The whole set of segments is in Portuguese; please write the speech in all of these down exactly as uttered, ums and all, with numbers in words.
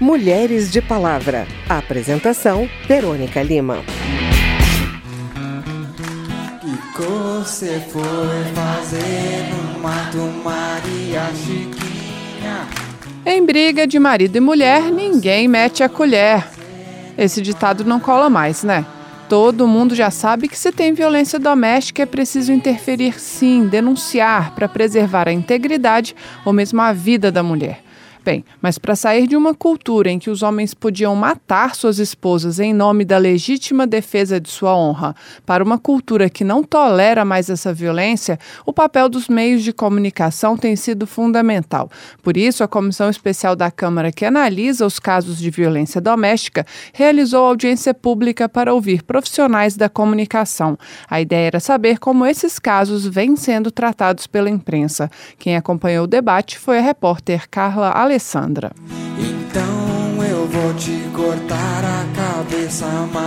Mulheres de Palavra. Apresentação, Verônica Lima. Que cor cê foi fazer no mato, Maria Chiquinha? Em briga de marido e mulher, ninguém mete a colher. Esse ditado não cola mais, né? Todo mundo já sabe que se tem violência doméstica é preciso interferir sim, denunciar para preservar a integridade ou mesmo a vida da mulher. Bem, mas para sair de uma cultura em que os homens podiam matar suas esposas em nome da legítima defesa de sua honra, para uma cultura que não tolera mais essa violência, o papel dos meios de comunicação tem sido fundamental. Por isso, a Comissão Especial da Câmara que analisa os casos de violência doméstica realizou audiência pública para ouvir profissionais da comunicação. A ideia era saber como esses casos vêm sendo tratados pela imprensa. Quem acompanhou o debate foi a repórter Carla Alessandra. Alessandra. Então eu vou te cortar a cabeça,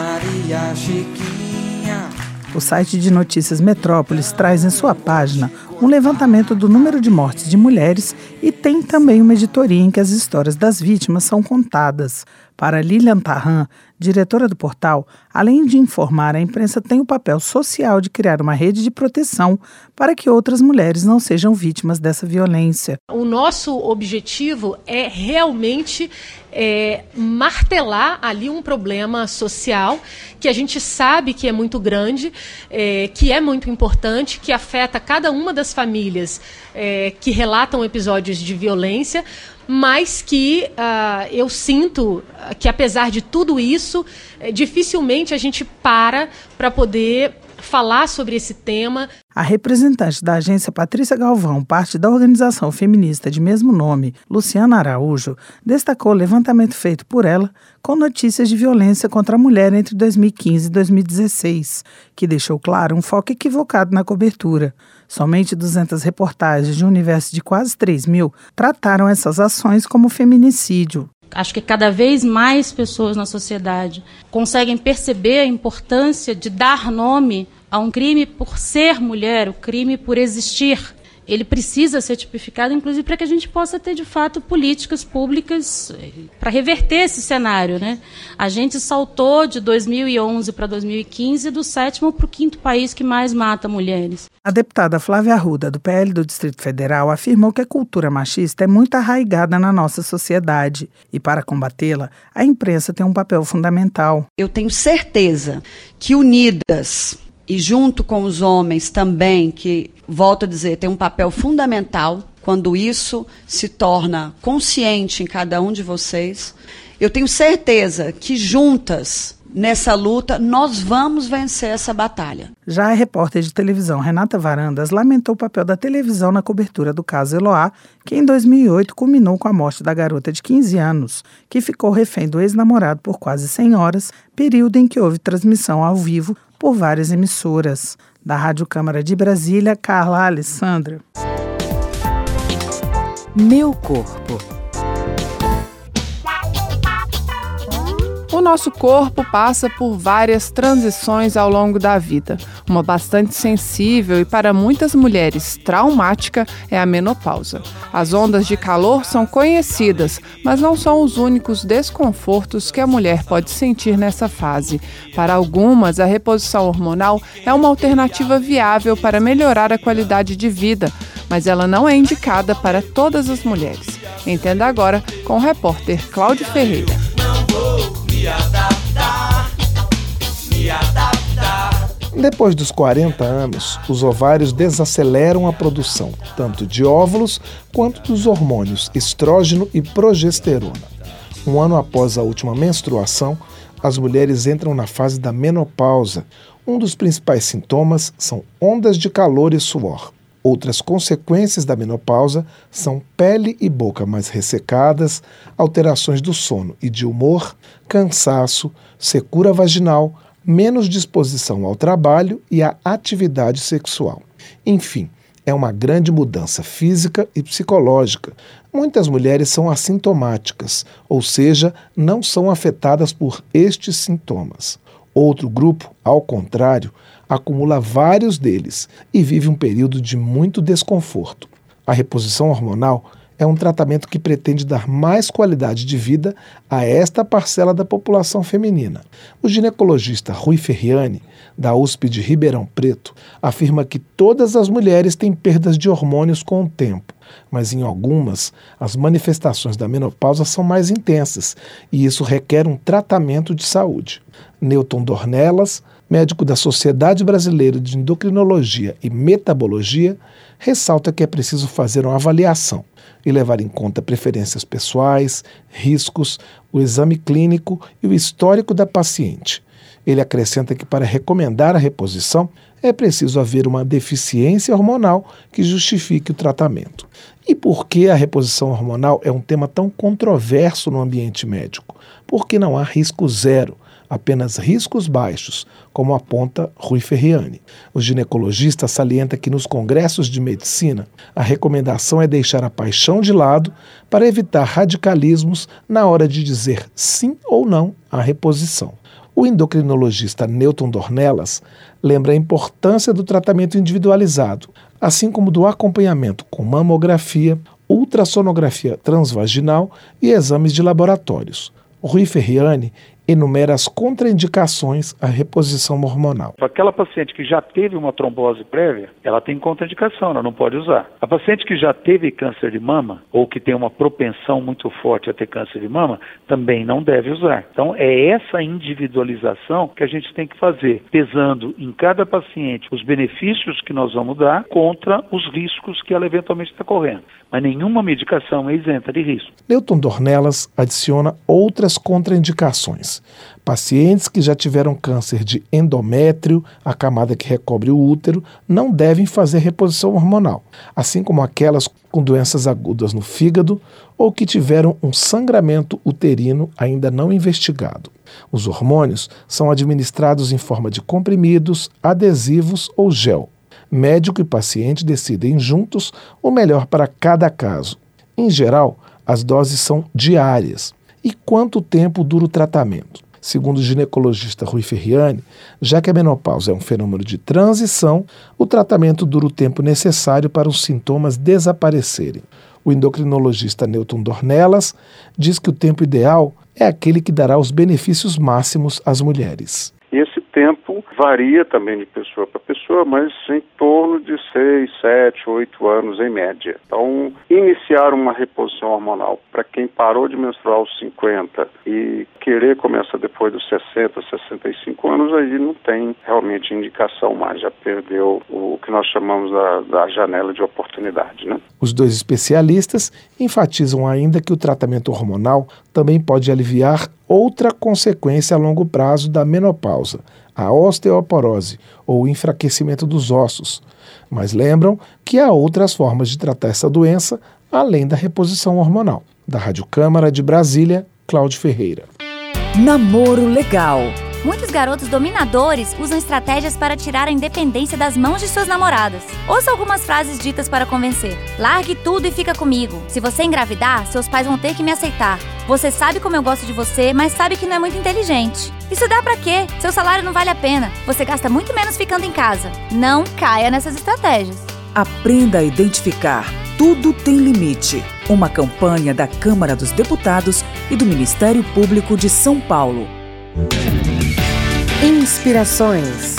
Maria Chiquinha. O site de notícias Metrópolis traz em sua página um levantamento do número de mortes de mulheres e tem também uma editoria em que as histórias das vítimas são contadas. Para Lilian Tarran, diretora do portal, além de informar, a imprensa tem o papel social de criar uma rede de proteção para que outras mulheres não sejam vítimas dessa violência. O nosso objetivo é realmente é, martelar ali um problema social que a gente sabe que é muito grande, é, que é muito importante, que afeta cada uma das famílias é, que relatam episódios de violência, mas que uh, eu sinto que, apesar de tudo isso, eh, dificilmente a gente para para poder falar sobre esse tema. A representante da agência Patrícia Galvão, parte da organização feminista de mesmo nome, Luciana Araújo, destacou o levantamento feito por ela com notícias de violência contra a mulher entre dois mil e quinze e dois mil e dezesseis, que deixou claro um foco equivocado na cobertura. Somente duzentas reportagens de um universo de quase três mil trataram essas ações como feminicídio. Acho que cada vez mais pessoas na sociedade conseguem perceber a importância de dar nome a um crime por ser mulher, o crime por existir. Ele precisa ser tipificado, inclusive, para que a gente possa ter, de fato, políticas públicas para reverter esse cenário, né? A gente saltou de dois mil e onze para dois mil e quinze do sétimo para o quinto país que mais mata mulheres. A deputada Flávia Arruda, do P L do Distrito Federal, afirmou que a cultura machista é muito arraigada na nossa sociedade e, para combatê-la, a imprensa tem um papel fundamental. Eu tenho certeza que unidas e junto com os homens também, que, volto a dizer, tem um papel fundamental quando isso se torna consciente em cada um de vocês, eu tenho certeza que juntas, nessa luta, nós vamos vencer essa batalha. Já a repórter de televisão Renata Varandas lamentou o papel da televisão na cobertura do caso Eloá, que em dois mil e oito culminou com a morte da garota de quinze anos, que ficou refém do ex-namorado por quase cem horas, período em que houve transmissão ao vivo por várias emissoras. Da Rádio Câmara de Brasília, Carla Alessandra. Meu corpo. O nosso corpo passa por várias transições ao longo da vida. Uma bastante sensível e, para muitas mulheres, traumática é a menopausa. As ondas de calor são conhecidas, mas não são os únicos desconfortos que a mulher pode sentir nessa fase. Para algumas, a reposição hormonal é uma alternativa viável para melhorar a qualidade de vida, mas ela não é indicada para todas as mulheres. Entenda agora com o repórter Cláudio Ferreira. Me adaptar, me adaptar. Depois dos quarenta anos, os ovários desaceleram a produção, tanto de óvulos quanto dos hormônios estrógeno e progesterona. Um ano após a última menstruação, as mulheres entram na fase da menopausa. Um dos principais sintomas são ondas de calor e suor. Outras consequências da menopausa são pele e boca mais ressecadas, alterações do sono e de humor, cansaço, secura vaginal, menos disposição ao trabalho e à atividade sexual. Enfim, é uma grande mudança física e psicológica. Muitas mulheres são assintomáticas, ou seja, não são afetadas por estes sintomas. Outro grupo, ao contrário, acumula vários deles e vive um período de muito desconforto. A reposição hormonal é um tratamento que pretende dar mais qualidade de vida a esta parcela da população feminina. O ginecologista Rui Ferriani, da U S P de Ribeirão Preto, afirma que todas as mulheres têm perdas de hormônios com o tempo, mas em algumas, as manifestações da menopausa são mais intensas e isso requer um tratamento de saúde. Newton Dornelas, médico da Sociedade Brasileira de Endocrinologia e Metabologia, ressalta que é preciso fazer uma avaliação e levar em conta preferências pessoais, riscos, o exame clínico e o histórico da paciente. Ele acrescenta que para recomendar a reposição é preciso haver uma deficiência hormonal que justifique o tratamento. E por que a reposição hormonal é um tema tão controverso no ambiente médico? Porque não há risco zero, apenas riscos baixos, como aponta Rui Ferriani. O ginecologista salienta que nos congressos de medicina, a recomendação é deixar a paixão de lado para evitar radicalismos na hora de dizer sim ou não à reposição. O endocrinologista Newton Dornelas lembra a importância do tratamento individualizado, assim como do acompanhamento com mamografia, ultrassonografia transvaginal e exames de laboratórios. Rui Ferriani enumera as contraindicações à reposição hormonal. Aquela paciente que já teve uma trombose prévia, ela tem contraindicação, ela não pode usar. A paciente que já teve câncer de mama, ou que tem uma propensão muito forte a ter câncer de mama, também não deve usar. Então é essa individualização que a gente tem que fazer, pesando em cada paciente os benefícios que nós vamos dar contra os riscos que ela eventualmente está correndo. Mas nenhuma medicação é isenta de risco. Newton Dornelas adiciona outras contraindicações. Pacientes que já tiveram câncer de endométrio, a camada que recobre o útero, não devem fazer reposição hormonal, assim como aquelas com doenças agudas no fígado ou que tiveram um sangramento uterino ainda não investigado. Os hormônios são administrados em forma de comprimidos, adesivos ou gel. Médico e paciente decidem juntos o melhor para cada caso. Em geral, as doses são diárias. E quanto tempo dura o tratamento? Segundo o ginecologista Rui Ferriani, já que a menopausa é um fenômeno de transição, o tratamento dura o tempo necessário para os sintomas desaparecerem. O endocrinologista Newton Dornelas diz que o tempo ideal é aquele que dará os benefícios máximos às mulheres. Esse tempo varia também de pessoa para pessoa, mas em torno de seis, sete, oito anos em média. Então, iniciar uma reposição hormonal para quem parou de menstruar aos cinquenta e querer começar depois dos sessenta, sessenta e cinco anos, aí não tem realmente indicação mais, já perdeu o que nós chamamos da, da janela de oportunidade, né? Os dois especialistas enfatizam ainda que o tratamento hormonal também pode aliviar outra consequência a longo prazo da menopausa, a osteoporose ou o enfraquecimento dos ossos. Mas lembram que há outras formas de tratar essa doença além da reposição hormonal. Da Rádio Câmara de Brasília, Cláudio Ferreira. Namoro legal. Muitos garotos dominadores usam estratégias para tirar a independência das mãos de suas namoradas. Ouça algumas frases ditas para convencer. Largue tudo e fica comigo. Se você engravidar, seus pais vão ter que me aceitar. Você sabe como eu gosto de você, mas sabe que não é muito inteligente. Isso dá pra quê? Seu salário não vale a pena. Você gasta muito menos ficando em casa. Não caia nessas estratégias. Aprenda a identificar. Tudo tem limite. Uma campanha da Câmara dos Deputados e do Ministério Público de São Paulo. Inspirações.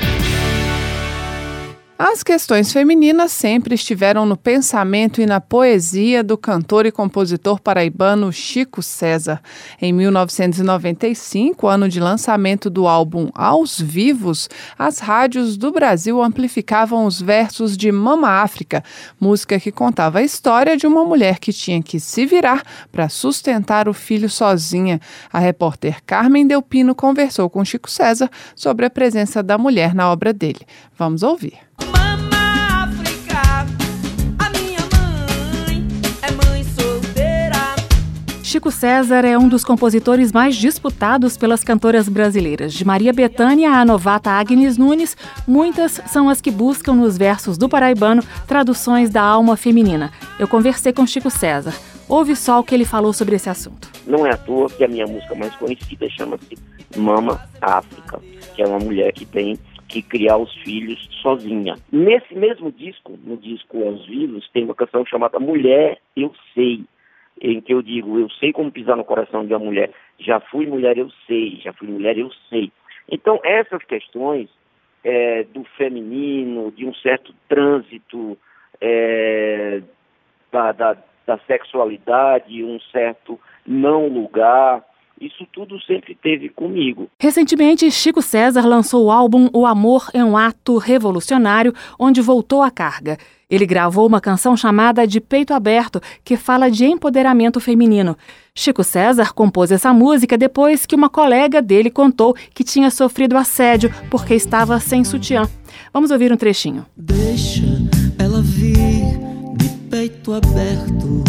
As questões femininas sempre estiveram no pensamento e na poesia do cantor e compositor paraibano Chico César. Em mil novecentos e noventa e cinco, ano de lançamento do álbum Aos Vivos, as rádios do Brasil amplificavam os versos de Mama África, música que contava a história de uma mulher que tinha que se virar para sustentar o filho sozinha. A repórter Carmen Delpino conversou com Chico César sobre a presença da mulher na obra dele. Vamos ouvir. Mama África, a minha mãe é mãe solteira. Chico César é um dos compositores mais disputados pelas cantoras brasileiras. De Maria Bethânia à novata Agnes Nunes, muitas são as que buscam nos versos do paraibano traduções da alma feminina. Eu conversei com Chico César. Ouve só o que ele falou sobre esse assunto. Não é à toa que a minha música mais conhecida chama-se Mama África, que é uma mulher que tem que criar os filhos sozinha. Nesse mesmo disco, no disco Aos Vivos, tem uma canção chamada Mulher, Eu Sei, em que eu digo, eu sei como pisar no coração de uma mulher. Já fui mulher, eu sei. Já fui mulher, eu sei. Então, essas questões é, do feminino, de um certo trânsito é, da, da, da sexualidade, um certo não lugar, isso tudo sempre teve comigo. Recentemente, Chico César lançou o álbum O Amor é um Ato Revolucionário, onde voltou à carga. Ele gravou uma canção chamada De Peito Aberto, que fala de empoderamento feminino. Chico César compôs essa música depois que uma colega dele contou que tinha sofrido assédio porque estava sem sutiã. Vamos ouvir um trechinho. Deixa ela vir de peito aberto.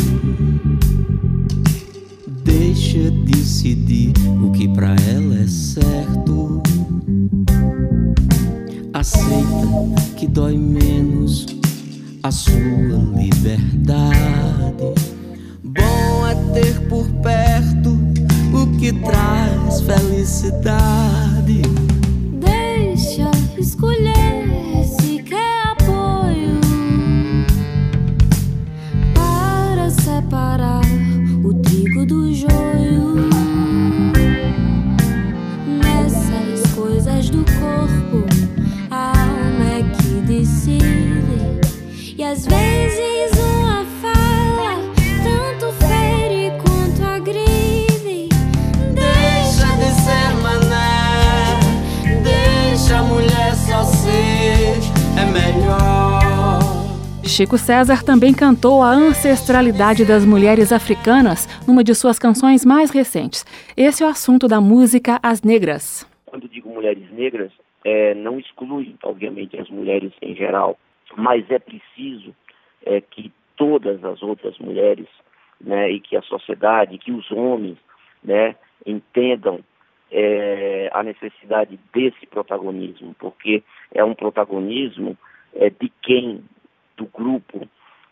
Deixa decidir o que pra ela é certo. Aceita que dói menos a sua liberdade. Bom é ter por perto o que traz felicidade. Deixa escolher se quer apoio para separar o trigo do joio. Nessas coisas do corpo, a alma é que decide. E às vezes uma fala tanto fere quanto agride. Deixa de ser mané, deixa a mulher só ser, é melhor. Chico César também cantou a ancestralidade das mulheres africanas numa de suas canções mais recentes. Esse é o assunto da música As Negras. Quando digo mulheres negras, é, não exclui, obviamente, as mulheres em geral, mas é preciso é, que todas as outras mulheres, né, e que a sociedade, que os homens, né, entendam é, a necessidade desse protagonismo, porque é um protagonismo é, de quem, do grupo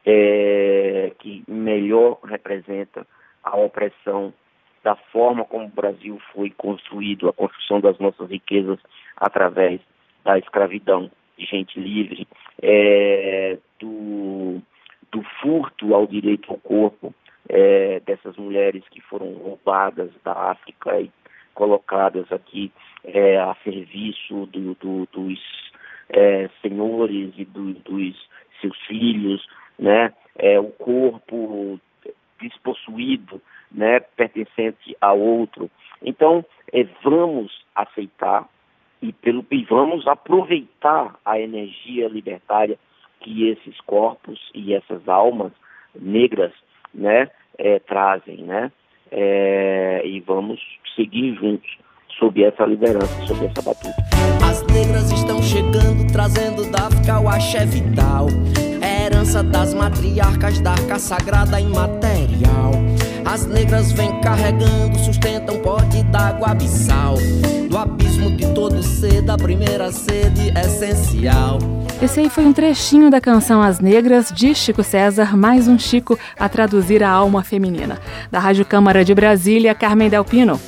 é, que melhor representa a opressão da forma como o Brasil foi construído, a construção das nossas riquezas através da escravidão de gente livre, é, do, do furto ao direito ao corpo é, dessas mulheres que foram roubadas da África e colocadas aqui é, a serviço do, do, dos é, senhores e do, dos seus filhos, né? É, o corpo despossuído, né, pertencente a outro. Então, é, vamos aceitar e, pelo, e vamos aproveitar a energia libertária que esses corpos e essas almas negras, né, é, trazem, né? É, e vamos seguir juntos sob essa liderança, sob essa batuta. As negras estão chegando, trazendo da África o axé vital, é herança das matriarcas da arca sagrada imaterial. As negras vêm carregando, sustentam pote d'água abissal, do abismo de todo ser, da primeira sede essencial. Esse aí foi um trechinho da canção As Negras, de Chico César, mais um Chico a traduzir a alma feminina. Da Rádio Câmara de Brasília, Carmen Delpino.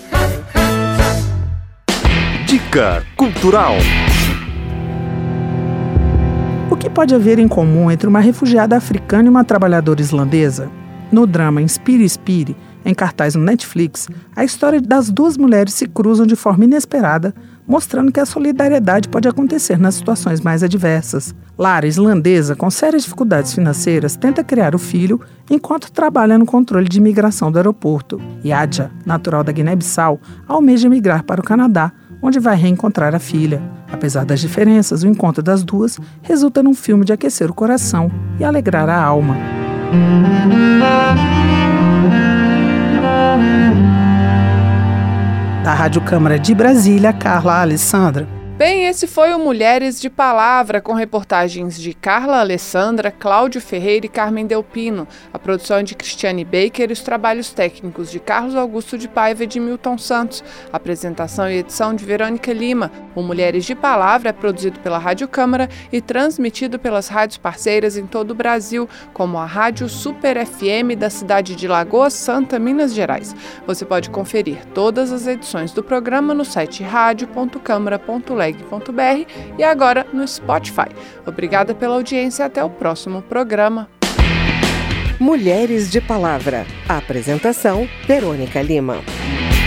Dica Cultural. O que pode haver em comum entre uma refugiada africana e uma trabalhadora islandesa? No drama Inspire Inspire, em cartaz no Netflix, a história das duas mulheres se cruzam de forma inesperada, mostrando que a solidariedade pode acontecer nas situações mais adversas. Lara, islandesa, com sérias dificuldades financeiras, tenta criar o filho enquanto trabalha no controle de imigração do aeroporto. Yadja, natural da Guiné-Bissau, almeja migrar para o Canadá, onde vai reencontrar a filha. Apesar das diferenças, o encontro das duas resulta num filme de aquecer o coração e alegrar a alma. Da Rádio Câmara de Brasília, Carla Alessandra. Bem, esse foi o Mulheres de Palavra, com reportagens de Carla Alessandra, Cláudio Ferreira e Carmen Delpino. A produção é de Cristiane Baker e os trabalhos técnicos de Carlos Augusto de Paiva e de Milton Santos. A apresentação e edição de Verônica Lima. O Mulheres de Palavra é produzido pela Rádio Câmara e transmitido pelas rádios parceiras em todo o Brasil, como a Rádio Super F M da cidade de Lagoa Santa, Minas Gerais. Você pode conferir todas as edições do programa no site rádio ponto câmara ponto leg leg ponto b r e agora no Spotify. Obrigada pela audiência e até o próximo programa. Mulheres de Palavra. Apresentação: Verônica Lima.